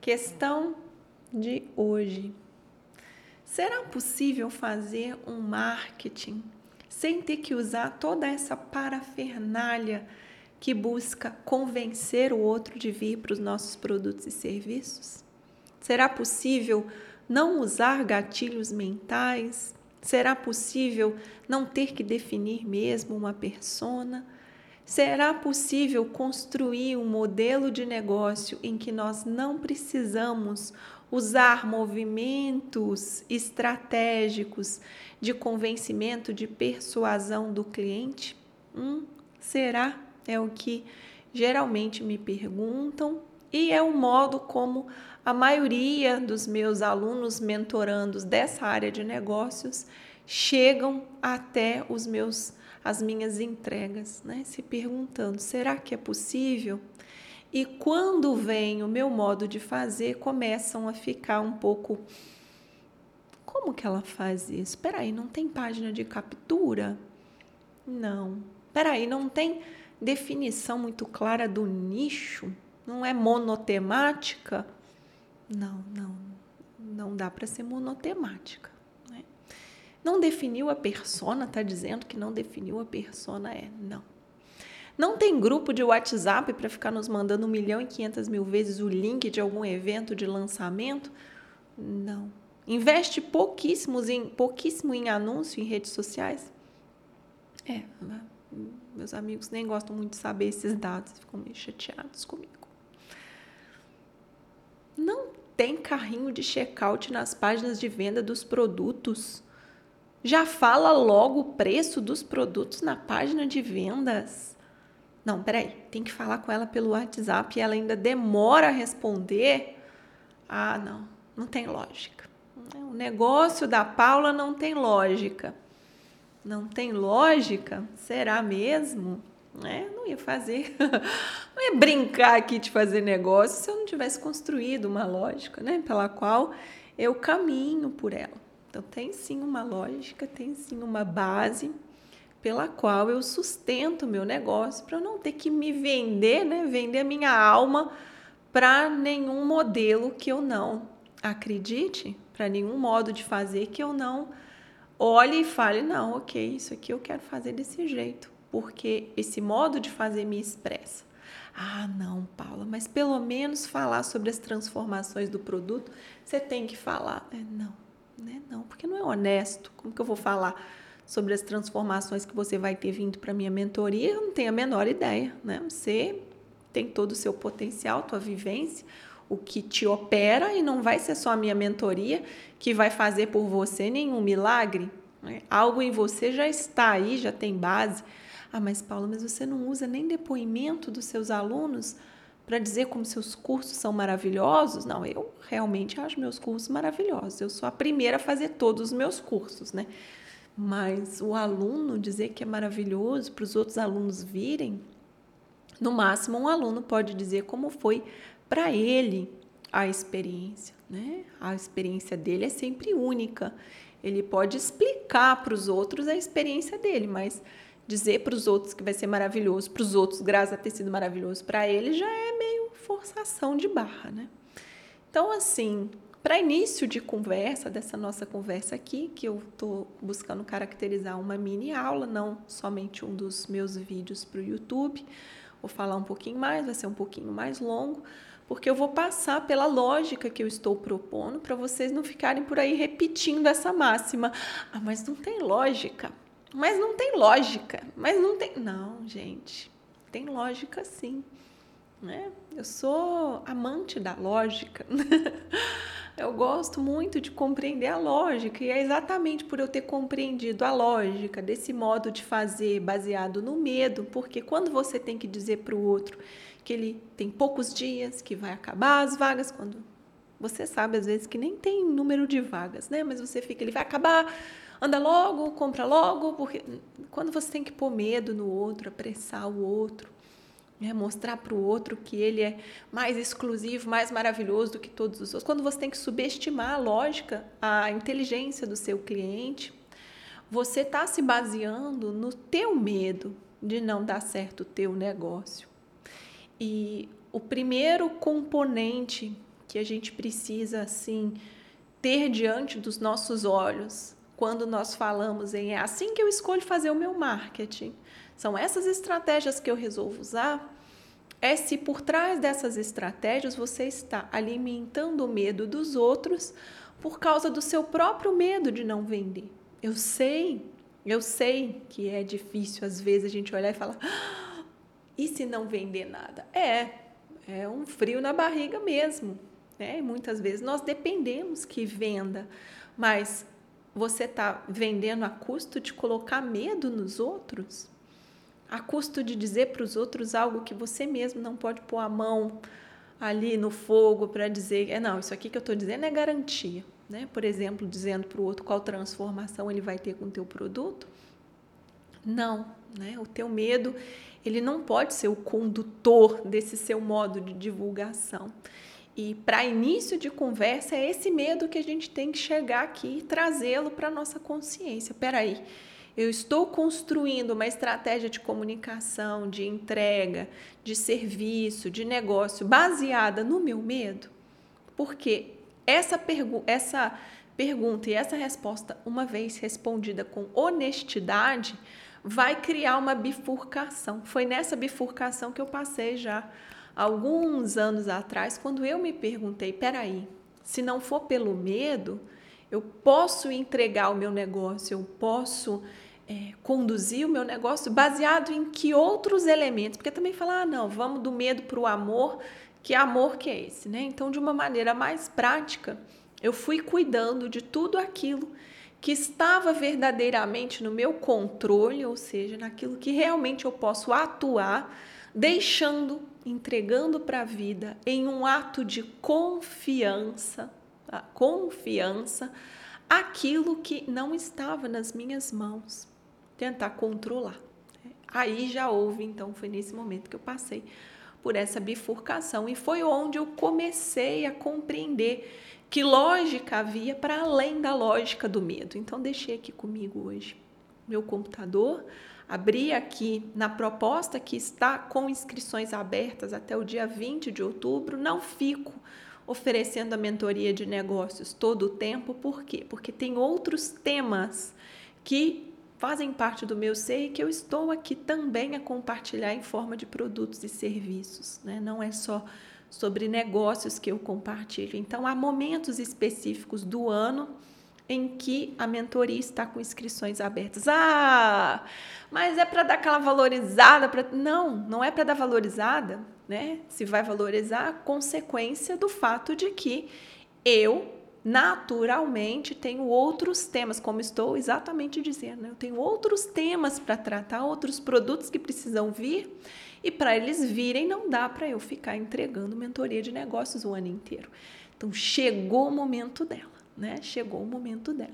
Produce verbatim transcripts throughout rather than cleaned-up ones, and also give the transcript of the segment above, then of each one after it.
Questão de hoje. Será possível fazer um marketing sem ter que usar toda essa parafernália que busca convencer o outro de vir para os nossos produtos e serviços? Será possível não usar gatilhos mentais? Será possível não ter que definir mesmo uma persona? Será possível construir um modelo de negócio em que nós não precisamos usar movimentos estratégicos de convencimento, de persuasão do cliente? Hum, será? É o que geralmente me perguntam e é o modo como a maioria dos meus alunos mentorandos dessa área de negócios chegam até os meus as minhas entregas, né? Se perguntando, será que é possível? E quando vem o meu modo de fazer, começam a ficar um pouco... Como que ela faz isso? Espera aí, não tem página de captura? Não. Espera aí, não tem definição muito clara do nicho? Não é monotemática? Não, não. Não dá para ser monotemática. Não definiu a persona, está dizendo que não definiu a persona, é, não. Não tem grupo de WhatsApp para ficar nos mandando um milhão e quinhentas mil vezes o link de algum evento de lançamento? Não. Investe pouquíssimos em, pouquíssimo em anúncio em redes sociais? É, meus amigos nem gostam muito de saber esses dados, ficam meio chateados comigo. Não tem carrinho de checkout nas páginas de venda dos produtos? Já fala logo o preço dos produtos na página de vendas? Não, peraí, tem que falar com ela pelo WhatsApp e ela ainda demora a responder? Ah, não, não tem lógica. O negócio da Paula não tem lógica. Não tem lógica? Será mesmo? É, não ia fazer, não ia brincar aqui de fazer negócio se eu não tivesse construído uma lógica, né, pela qual eu caminho por ela. Então, tem sim uma lógica, tem sim uma base pela qual eu sustento o meu negócio para eu não ter que me vender, né? Vender a minha alma para nenhum modelo que eu não acredite, para nenhum modo de fazer que eu não olhe e fale, não, ok, isso aqui eu quero fazer desse jeito, porque esse modo de fazer me expressa. Ah, não, Paula, mas pelo menos falar sobre as transformações do produto, você tem que falar. É, não. Né? Não, porque não é honesto. Como que eu vou falar sobre as transformações que você vai ter vindo para a minha mentoria? Eu não tenho a menor ideia, né? Você tem todo o seu potencial, tua vivência, o que te opera, e não vai ser só a minha mentoria que vai fazer por você nenhum milagre, né? Algo em você já está aí, já tem base. Ah, mas Paula, mas você não usa nem depoimento dos seus alunos para dizer como seus cursos são maravilhosos? Não, eu realmente acho meus cursos maravilhosos. Eu sou a primeira a fazer todos os meus cursos, né? Mas o aluno dizer que é maravilhoso para os outros alunos virem, no máximo um aluno pode dizer como foi para ele a experiência, né? A experiência dele é sempre única. Ele pode explicar para os outros a experiência dele, mas dizer para os outros que vai ser maravilhoso, para os outros, graças a ter sido maravilhoso para ele, já é meio forçação de barra, né? Então, assim, para início de conversa, dessa nossa conversa aqui, que eu estou buscando caracterizar uma mini aula, não somente um dos meus vídeos para o YouTube, vou falar um pouquinho mais, vai ser um pouquinho mais longo, porque eu vou passar pela lógica que eu estou propondo para vocês não ficarem por aí repetindo essa máxima. Ah, mas não tem lógica. Mas não tem lógica, mas não tem... Não, gente, tem lógica sim, né? Eu sou amante da lógica, eu gosto muito de compreender a lógica, e é exatamente por eu ter compreendido a lógica desse modo de fazer baseado no medo, porque quando você tem que dizer para o outro que ele tem poucos dias, que vai acabar as vagas, quando você sabe às vezes que nem tem número de vagas, né? Mas você fica, ele vai acabar... Anda logo, compra logo, porque quando você tem que pôr medo no outro, apressar o outro, né, mostrar para o outro que ele é mais exclusivo, mais maravilhoso do que todos os outros, quando você tem que subestimar a lógica, a inteligência do seu cliente, você está se baseando no teu medo de não dar certo o teu negócio. E o primeiro componente que a gente precisa, assim, ter diante dos nossos olhos quando nós falamos em é assim que eu escolho fazer o meu marketing, são essas estratégias que eu resolvo usar, é se por trás dessas estratégias você está alimentando o medo dos outros por causa do seu próprio medo de não vender. Eu sei, eu sei que é difícil às vezes a gente olhar e falar, ah, e se não vender nada? É, é um frio na barriga mesmo, né? Muitas vezes nós dependemos que venda, mas você está vendendo a custo de colocar medo nos outros? A custo de dizer para os outros algo que você mesmo não pode pôr a mão ali no fogo para dizer, é não, isso aqui que eu estou dizendo é garantia, né? Por exemplo, dizendo para o outro qual transformação ele vai ter com o teu produto. Não, né? O teu medo, ele não pode ser o condutor desse seu modo de divulgação. E para início de conversa, é esse medo que a gente tem que chegar aqui e trazê-lo para a nossa consciência. Peraí, eu estou construindo uma estratégia de comunicação, de entrega, de serviço, de negócio baseada no meu medo? Porque essa, pergu- essa pergunta e essa resposta, uma vez respondida com honestidade, vai criar uma bifurcação. Foi nessa bifurcação que eu passei já alguns anos atrás, quando eu me perguntei, peraí, se não for pelo medo, eu posso entregar o meu negócio, eu posso é, conduzir o meu negócio baseado em que outros elementos? Porque também falar, ah, não, vamos do medo para o amor, que amor que é esse, né? Então, de uma maneira mais prática, eu fui cuidando de tudo aquilo que estava verdadeiramente no meu controle, ou seja, naquilo que realmente eu posso atuar, deixando, entregando para a vida em um ato de confiança, tá? Confiança, aquilo que não estava nas minhas mãos, tentar controlar. Aí já houve, então, foi nesse momento que eu passei por essa bifurcação e foi onde eu comecei a compreender que lógica havia para além da lógica do medo. Então, deixei aqui comigo hoje meu computador, abri aqui na proposta que está com inscrições abertas até o dia vinte de outubro, não fico oferecendo a mentoria de negócios todo o tempo, por quê? Porque tem outros temas que fazem parte do meu ser e que eu estou aqui também a compartilhar em forma de produtos e serviços, né? Não é só sobre negócios que eu compartilho. Então, há momentos específicos do ano em que a mentoria está com inscrições abertas. Ah, mas é para dar aquela valorizada? Pra... Não, não é para dar valorizada, né? Se vai valorizar, a consequência do fato de que eu, naturalmente, tenho outros temas, como estou exatamente dizendo, né? Eu tenho outros temas para tratar, outros produtos que precisam vir, e para eles virem não dá para eu ficar entregando mentoria de negócios o ano inteiro. Então, chegou o momento dela. Né? Chegou o momento dela.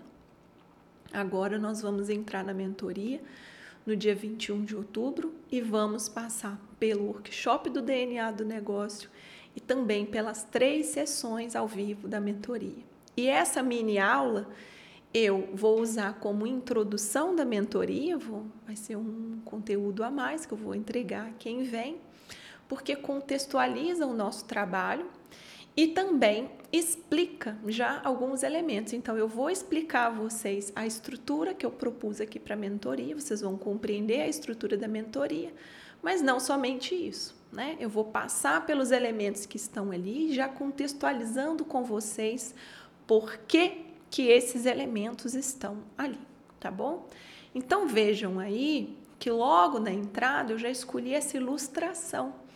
Agora nós vamos entrar na mentoria no dia vinte e um de outubro e vamos passar pelo workshop do D N A do negócio e também pelas três sessões ao vivo da mentoria. E essa mini aula eu vou usar como introdução da mentoria, vou, vai ser um conteúdo a mais que eu vou entregar a quem vem, porque contextualiza o nosso trabalho e também explica já alguns elementos. Então, eu vou explicar a vocês a estrutura que eu propus aqui para a mentoria, vocês vão compreender a estrutura da mentoria, mas não somente isso, né? Eu vou passar pelos elementos que estão ali, já contextualizando com vocês por que que esses elementos estão ali, tá bom? Então, vejam aí que logo na entrada eu já escolhi essa ilustração.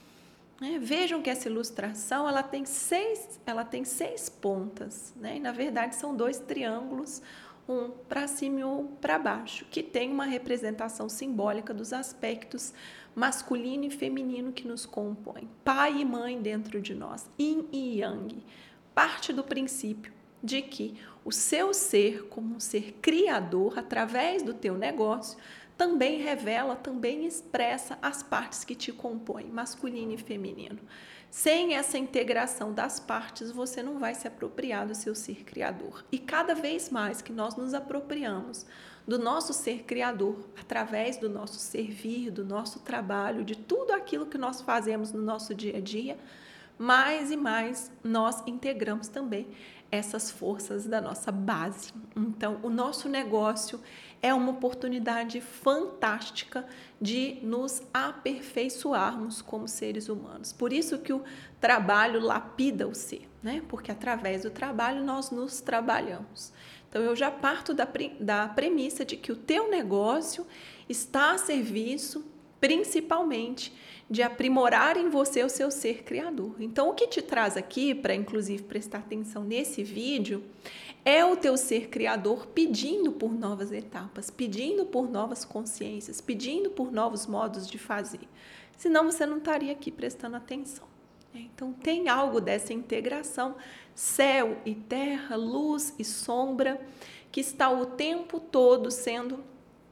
É, vejam que essa ilustração ela tem seis, ela tem seis pontas, né? E, na verdade, são dois triângulos, um para cima e um para baixo, que tem uma representação simbólica dos aspectos masculino e feminino que nos compõem, pai e mãe dentro de nós, yin e yang. Parte do princípio de que o seu ser, como um ser criador, através do teu negócio, também revela, também expressa as partes que te compõem, masculino e feminino. Sem essa integração das partes, você não vai se apropriar do seu ser criador. E cada vez mais que nós nos apropriamos do nosso ser criador, através do nosso servir, do nosso trabalho, de tudo aquilo que nós fazemos no nosso dia a dia, mais e mais nós integramos também essas forças da nossa base. Então, o nosso negócio é uma oportunidade fantástica de nos aperfeiçoarmos como seres humanos. Por isso que o trabalho lapida o ser, né? Porque através do trabalho nós nos trabalhamos. Então, eu já parto da, da premissa de que o teu negócio está a serviço, principalmente, de aprimorar em você o seu ser criador. Então, o que te traz aqui, para inclusive prestar atenção nesse vídeo, é o teu ser criador pedindo por novas etapas, pedindo por novas consciências, pedindo por novos modos de fazer. Senão você não estaria aqui prestando atenção. Então, tem algo dessa integração, céu e terra, luz e sombra, que está o tempo todo sendo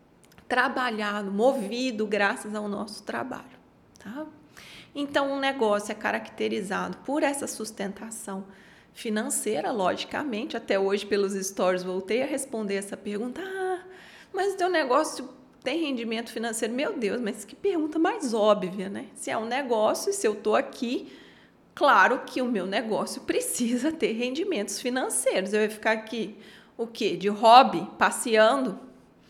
trabalhado, movido graças ao nosso trabalho. Tá? Então, um negócio é caracterizado por essa sustentação financeira, logicamente. Até hoje, pelos stories, voltei a responder essa pergunta. Ah, mas o teu negócio tem rendimento financeiro? Meu Deus, mas que pergunta mais óbvia, né? Se é um negócio, se eu estou aqui, claro que o meu negócio precisa ter rendimentos financeiros. Eu ia ficar aqui, o quê? De hobby, passeando?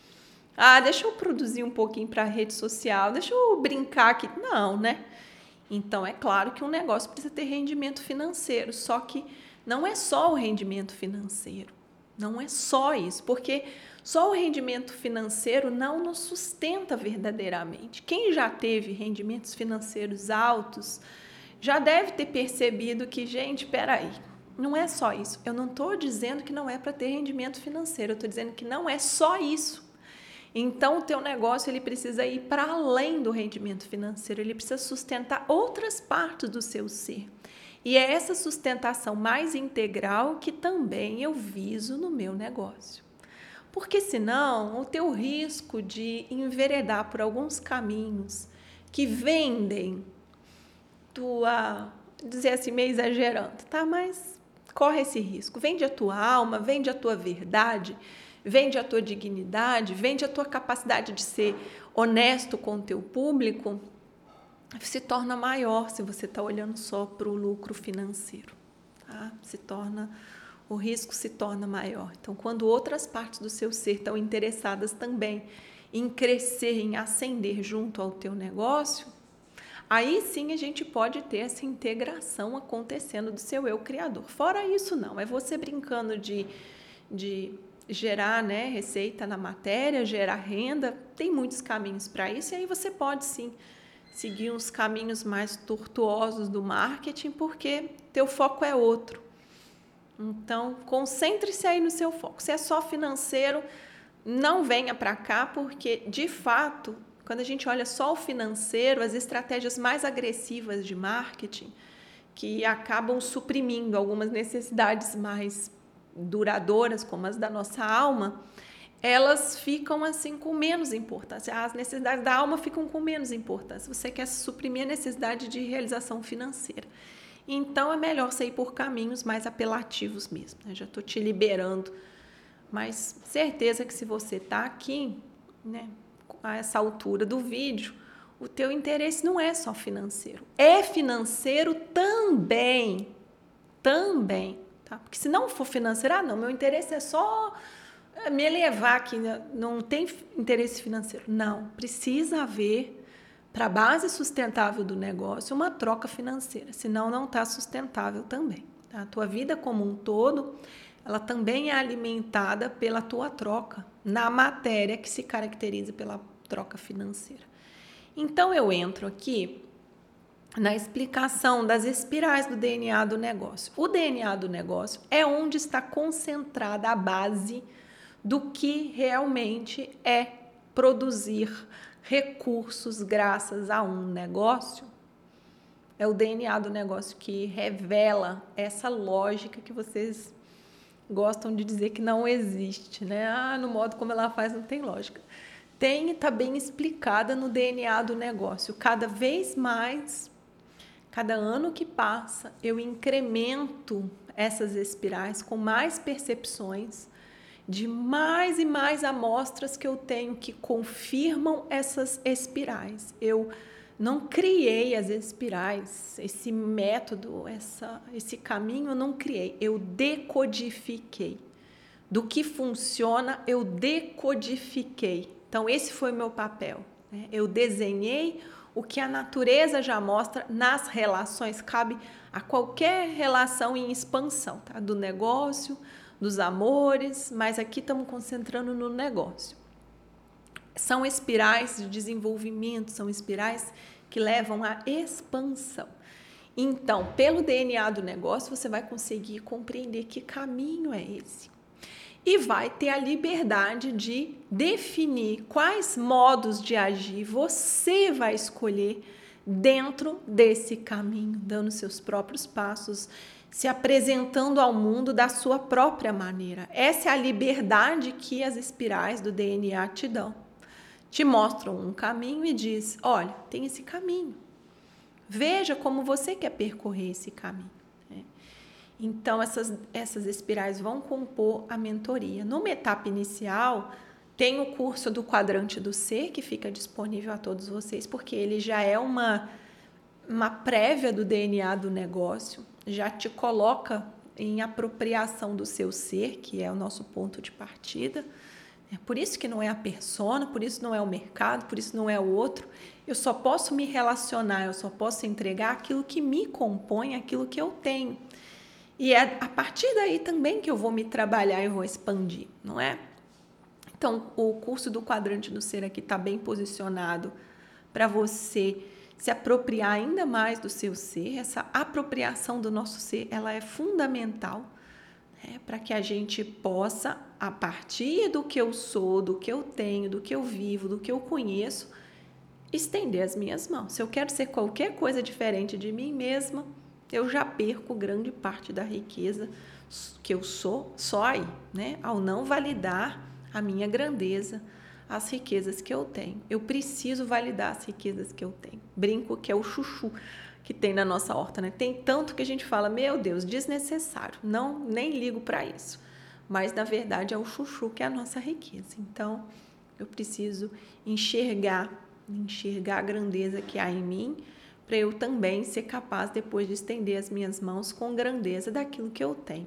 Ah, deixa eu produzir um pouquinho para a rede social, deixa eu brincar aqui. Não, né? Então, é claro que um negócio precisa ter rendimento financeiro, só que não é só o rendimento financeiro, não é só isso, porque só o rendimento financeiro não nos sustenta verdadeiramente. Quem já teve rendimentos financeiros altos já deve ter percebido que, gente, peraí, não é só isso. Eu não estou dizendo que não é para ter rendimento financeiro, eu estou dizendo que não é só isso. Então, o teu negócio ele precisa ir para além do rendimento financeiro, ele precisa sustentar outras partes do seu ser. E é essa sustentação mais integral que também eu viso no meu negócio. Porque senão, o teu risco de enveredar por alguns caminhos que vendem tua, dizer assim, meio exagerando, tá? Mas corre esse risco. Vende a tua alma, vende a tua verdade, vende a tua dignidade, vende a tua capacidade de ser honesto com o teu público, se torna maior se você está olhando só para o lucro financeiro. Tá? Se torna, o risco se torna maior. Então, quando outras partes do seu ser estão interessadas também em crescer, em ascender junto ao teu negócio, aí sim a gente pode ter essa integração acontecendo do seu eu criador. Fora isso, não. É você brincando de... de gerar, né, receita na matéria, gerar renda, tem muitos caminhos para isso, e aí você pode sim seguir uns caminhos mais tortuosos do marketing, porque teu foco é outro. Então, concentre-se aí no seu foco. Se é só financeiro, não venha para cá, porque, de fato, quando a gente olha só o financeiro, as estratégias mais agressivas de marketing, que acabam suprimindo algumas necessidades mais duradouras, como as da nossa alma, elas ficam assim com menos importância. As necessidades da alma ficam com menos importância. Você quer suprimir a necessidade de realização financeira. Então, é melhor você ir por caminhos mais apelativos mesmo. Né? Já estou te liberando. Mas certeza que se você está aqui, né, a essa altura do vídeo, o teu interesse não é só financeiro. É financeiro também. Também. Tá? Porque se não for financeiro, ah, não, meu interesse é só me elevar aqui, não tem interesse financeiro. Não, precisa haver, para a base sustentável do negócio, uma troca financeira, senão não está sustentável também. Tá? A tua vida como um todo, ela também é alimentada pela tua troca, na matéria que se caracteriza pela troca financeira. Então, eu entro aqui na explicação das espirais do D N A do negócio. O D N A do negócio é onde está concentrada a base do que realmente é produzir recursos graças a um negócio. É o D N A do negócio que revela essa lógica que vocês gostam de dizer que não existe, né? Ah, no modo como ela faz não tem lógica. Tem e está bem explicada no D N A do negócio. Cada vez mais, cada ano que passa, eu incremento essas espirais com mais percepções de mais e mais amostras que eu tenho que confirmam essas espirais. Eu não criei as espirais, esse método, essa, esse caminho eu não criei, eu decodifiquei. Do que funciona, eu decodifiquei. Então, esse foi o meu papel, né? Eu desenhei o que a natureza já mostra nas relações, cabe a qualquer relação em expansão, tá? Do negócio, dos amores, mas aqui estamos concentrando no negócio. São espirais de desenvolvimento, são espirais que levam à expansão. Então, pelo D N A do negócio, você vai conseguir compreender que caminho é esse. E vai ter a liberdade de definir quais modos de agir você vai escolher dentro desse caminho, dando seus próprios passos, se apresentando ao mundo da sua própria maneira. Essa é a liberdade que as espirais do D N A te dão. Te mostram um caminho e diz, olha, tem esse caminho. Veja como você quer percorrer esse caminho. Então, essas, essas espirais vão compor a mentoria. Numa etapa inicial, tem o curso do Quadrante do Ser, que fica disponível a todos vocês, porque ele já é uma, uma prévia do D N A do negócio, já te coloca em apropriação do seu ser, que é o nosso ponto de partida. É por isso que não é a persona, por isso não é o mercado, por isso não é o outro. Eu só posso me relacionar, eu só posso entregar aquilo que me compõe, aquilo que eu tenho. E é a partir daí também que eu vou me trabalhar e vou expandir, não é? Então, o curso do Quadrante do Ser aqui está bem posicionado para você se apropriar ainda mais do seu ser. Essa apropriação do nosso ser, ela é fundamental, né, para que a gente possa, a partir do que eu sou, do que eu tenho, do que eu vivo, do que eu conheço, estender as minhas mãos. Se eu quero ser qualquer coisa diferente de mim mesma, eu já perco grande parte da riqueza que eu sou só aí, né? Ao não validar a minha grandeza, as riquezas que eu tenho. Eu preciso validar as riquezas que eu tenho. Brinco que é o chuchu que tem na nossa horta, né? Tem tanto que a gente fala, meu Deus, desnecessário. Não, nem ligo para isso. Mas, na verdade, é o chuchu que é a nossa riqueza. Então, eu preciso enxergar, enxergar a grandeza que há em mim, para eu também ser capaz depois de estender as minhas mãos com grandeza daquilo que eu tenho.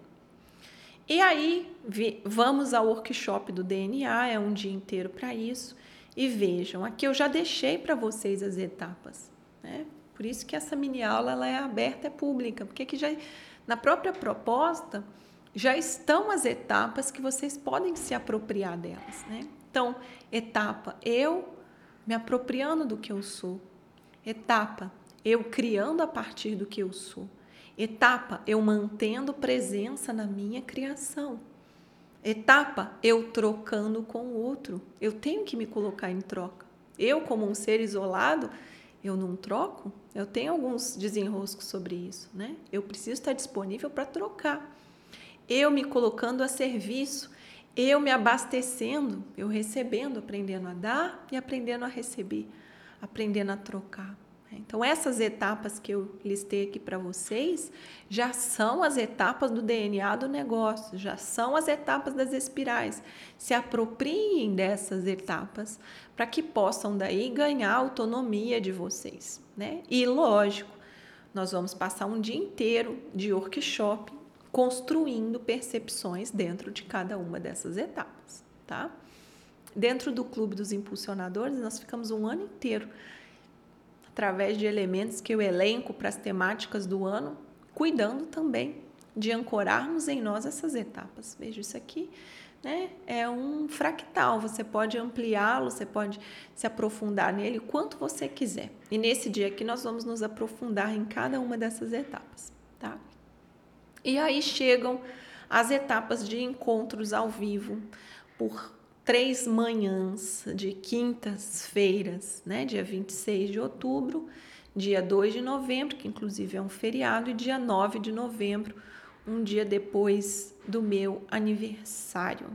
E aí, vamos ao workshop do D N A, é um dia inteiro para isso, e vejam, aqui eu já deixei para vocês as etapas, né? Por isso que essa mini aula ela é aberta, é pública, porque aqui já, na própria proposta, já estão as etapas que vocês podem se apropriar delas, né? Então, etapa, eu me apropriando do que eu sou. Etapa, eu criando a partir do que eu sou. Etapa, eu mantendo presença na minha criação. Etapa, eu trocando com o outro. Eu tenho que me colocar em troca. Eu, como um ser isolado, eu não troco. Eu tenho alguns desenroscos sobre isso, né? Eu preciso estar disponível para trocar. Eu me colocando a serviço, eu me abastecendo, eu recebendo, aprendendo a dar e aprendendo a receber, aprendendo a trocar. Então, essas etapas que eu listei aqui para vocês já são as etapas do D N A do negócio, já são as etapas das espirais. Se apropriem dessas etapas para que possam daí ganhar a autonomia de vocês, né? E, lógico, nós vamos passar um dia inteiro de workshop construindo percepções dentro de cada uma dessas etapas, tá? Dentro do Clube dos Impulsionadores, nós ficamos um ano inteiro através de elementos que eu elenco para as temáticas do ano, cuidando também de ancorarmos em nós essas etapas. Veja, isso aqui, né, é um fractal, você pode ampliá-lo, você pode se aprofundar nele o quanto você quiser. E nesse dia aqui nós vamos nos aprofundar em cada uma dessas etapas, tá? E aí chegam as etapas de encontros ao vivo por três manhãs de quintas-feiras, né? Dia vinte e seis de outubro, dia dois de novembro, que inclusive é um feriado, e dia nove de novembro, um dia depois do meu aniversário.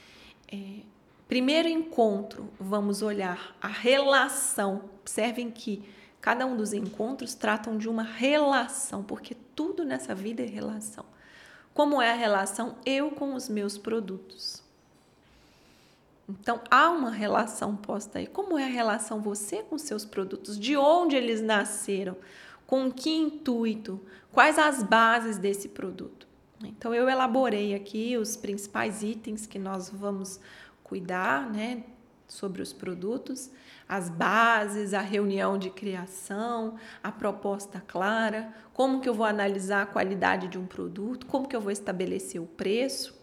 É, primeiro encontro, vamos olhar a relação. Observem que cada um dos encontros tratam de uma relação, porque tudo nessa vida é relação. Como é a relação eu com os meus produtos? Então, há uma relação posta aí. Como é a relação você com seus produtos? De onde eles nasceram? Com que intuito? Quais as bases desse produto? Então, eu elaborei aqui os principais itens que nós vamos cuidar, né, sobre os produtos, as bases, a reunião de criação, a proposta clara, como que eu vou analisar a qualidade de um produto, como que eu vou estabelecer o preço.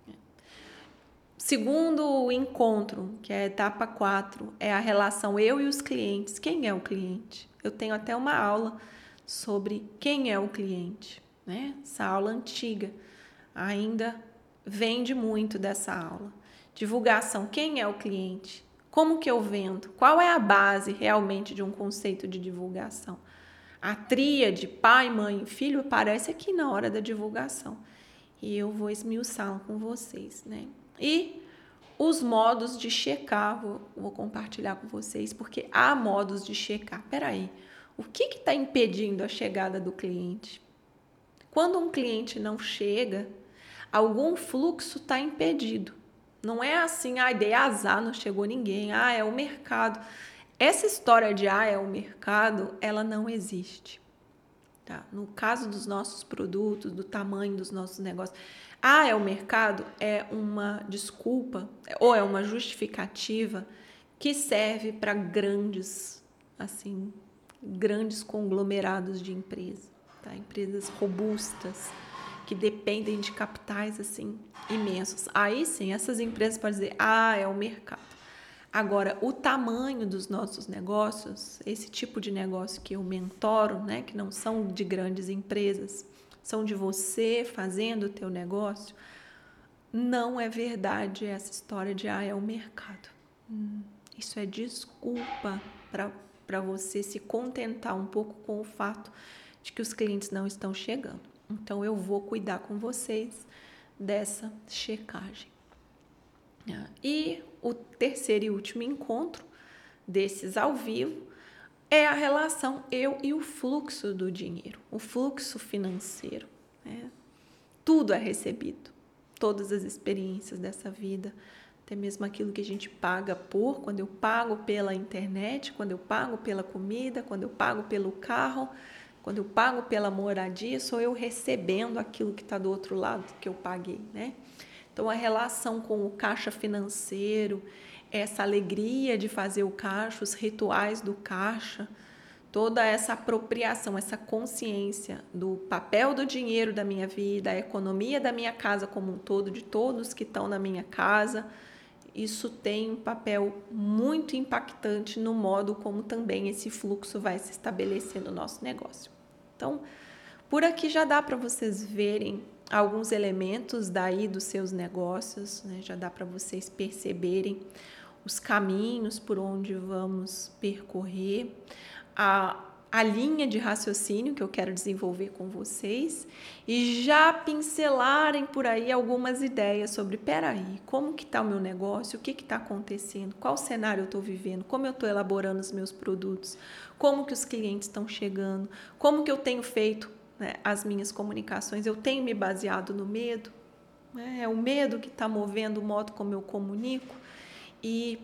Segundo encontro, que é a etapa quatro, é a relação eu e os clientes. Quem é o cliente? Eu tenho até uma aula sobre quem é o cliente, né? Essa aula antiga ainda vende muito dessa aula. Divulgação, quem é o cliente? Como que eu vendo? Qual é a base realmente de um conceito de divulgação? A tríade pai, mãe e filho aparece aqui na hora da divulgação. E eu vou esmiuçá-la com vocês, né? E os modos de checar, vou, vou compartilhar com vocês, porque há modos de checar. Peraí, o que está impedindo a chegada do cliente? Quando um cliente não chega, algum fluxo está impedido. Não é assim, ah, dei azar, não chegou ninguém, ah, é o mercado. Essa história de, ah, é o mercado, ela não existe. Tá? No caso dos nossos produtos, do tamanho dos nossos negócios, ah, é o mercado, é uma desculpa ou é uma justificativa que serve para grandes, assim, grandes conglomerados de empresas, tá? Empresas robustas que dependem de capitais assim imensos. Aí sim, essas empresas podem dizer, ah, é o mercado. Agora, o tamanho dos nossos negócios, esse tipo de negócio que eu mentoro, né, que não são de grandes empresas, são de você fazendo o teu negócio, não é verdade essa história de, ah, é o mercado. Hum, isso é desculpa para você se contentar um pouco com o fato de que os clientes não estão chegando. Então, eu vou cuidar com vocês dessa checagem. E o terceiro e último encontro desses ao vivo é a relação eu e o fluxo do dinheiro, o fluxo financeiro, né? Tudo é recebido, todas as experiências dessa vida, até mesmo aquilo que a gente paga por, quando eu pago pela internet, quando eu pago pela comida, quando eu pago pelo carro, quando eu pago pela moradia, sou eu recebendo aquilo que está do outro lado que eu paguei, né? Então, a relação com o caixa financeiro, essa alegria de fazer o caixa, os rituais do caixa, toda essa apropriação, essa consciência do papel do dinheiro da minha vida, a economia da minha casa como um todo, de todos que estão na minha casa, isso tem um papel muito impactante no modo como também esse fluxo vai se estabelecer no nosso negócio. Então, por aqui já dá para vocês verem alguns elementos daí dos seus negócios, né? Já dá para vocês perceberem os caminhos por onde vamos percorrer, a, a linha de raciocínio que eu quero desenvolver com vocês e já pincelarem por aí algumas ideias sobre, peraí, como que está o meu negócio, o que está acontecendo, qual cenário eu estou vivendo, como eu estou elaborando os meus produtos, como que os clientes estão chegando, como que eu tenho feito, né, as minhas comunicações, eu tenho me baseado no medo, né? É o medo que está movendo o modo como eu comunico e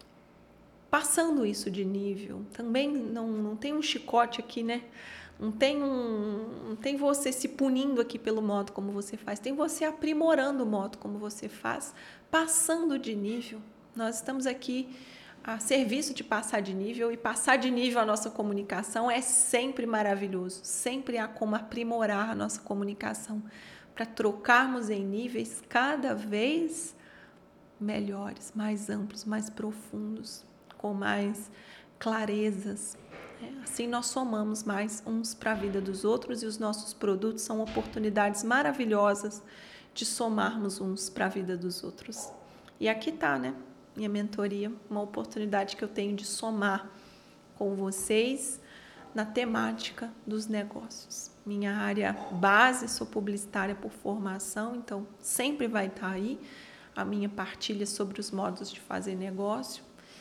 passando isso de nível. Também não, não tem um chicote aqui, né? Não tem, um, não tem você se punindo aqui pelo modo como você faz, tem você aprimorando o modo como você faz, passando de nível. Nós estamos aqui a serviço de passar de nível e passar de nível a nossa comunicação é sempre maravilhoso, sempre há como aprimorar a nossa comunicação para trocarmos em níveis cada vez melhores, mais amplos, mais profundos, com mais clarezas. Assim nós somamos mais uns para a vida dos outros e os nossos produtos são oportunidades maravilhosas de somarmos uns para a vida dos outros. E aqui está, né? Minha mentoria, uma oportunidade que eu tenho de somar com vocês na temática dos negócios. Minha área base, sou publicitária por formação, então sempre vai estar aí a minha partilha sobre os modos de fazer negócio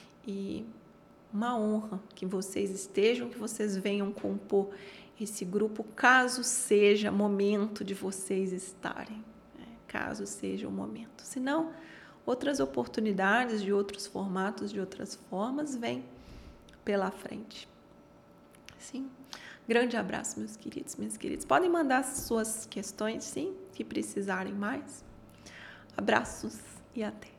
e uma honra que vocês estejam, que vocês venham compor esse grupo, caso seja momento de vocês estarem, né? Caso seja o momento. Se não, outras oportunidades de outros formatos, de outras formas, vêm pela frente. Sim. Grande abraço, meus queridos, minhas queridas. Podem mandar suas questões, sim, que precisarem mais. Abraços e até.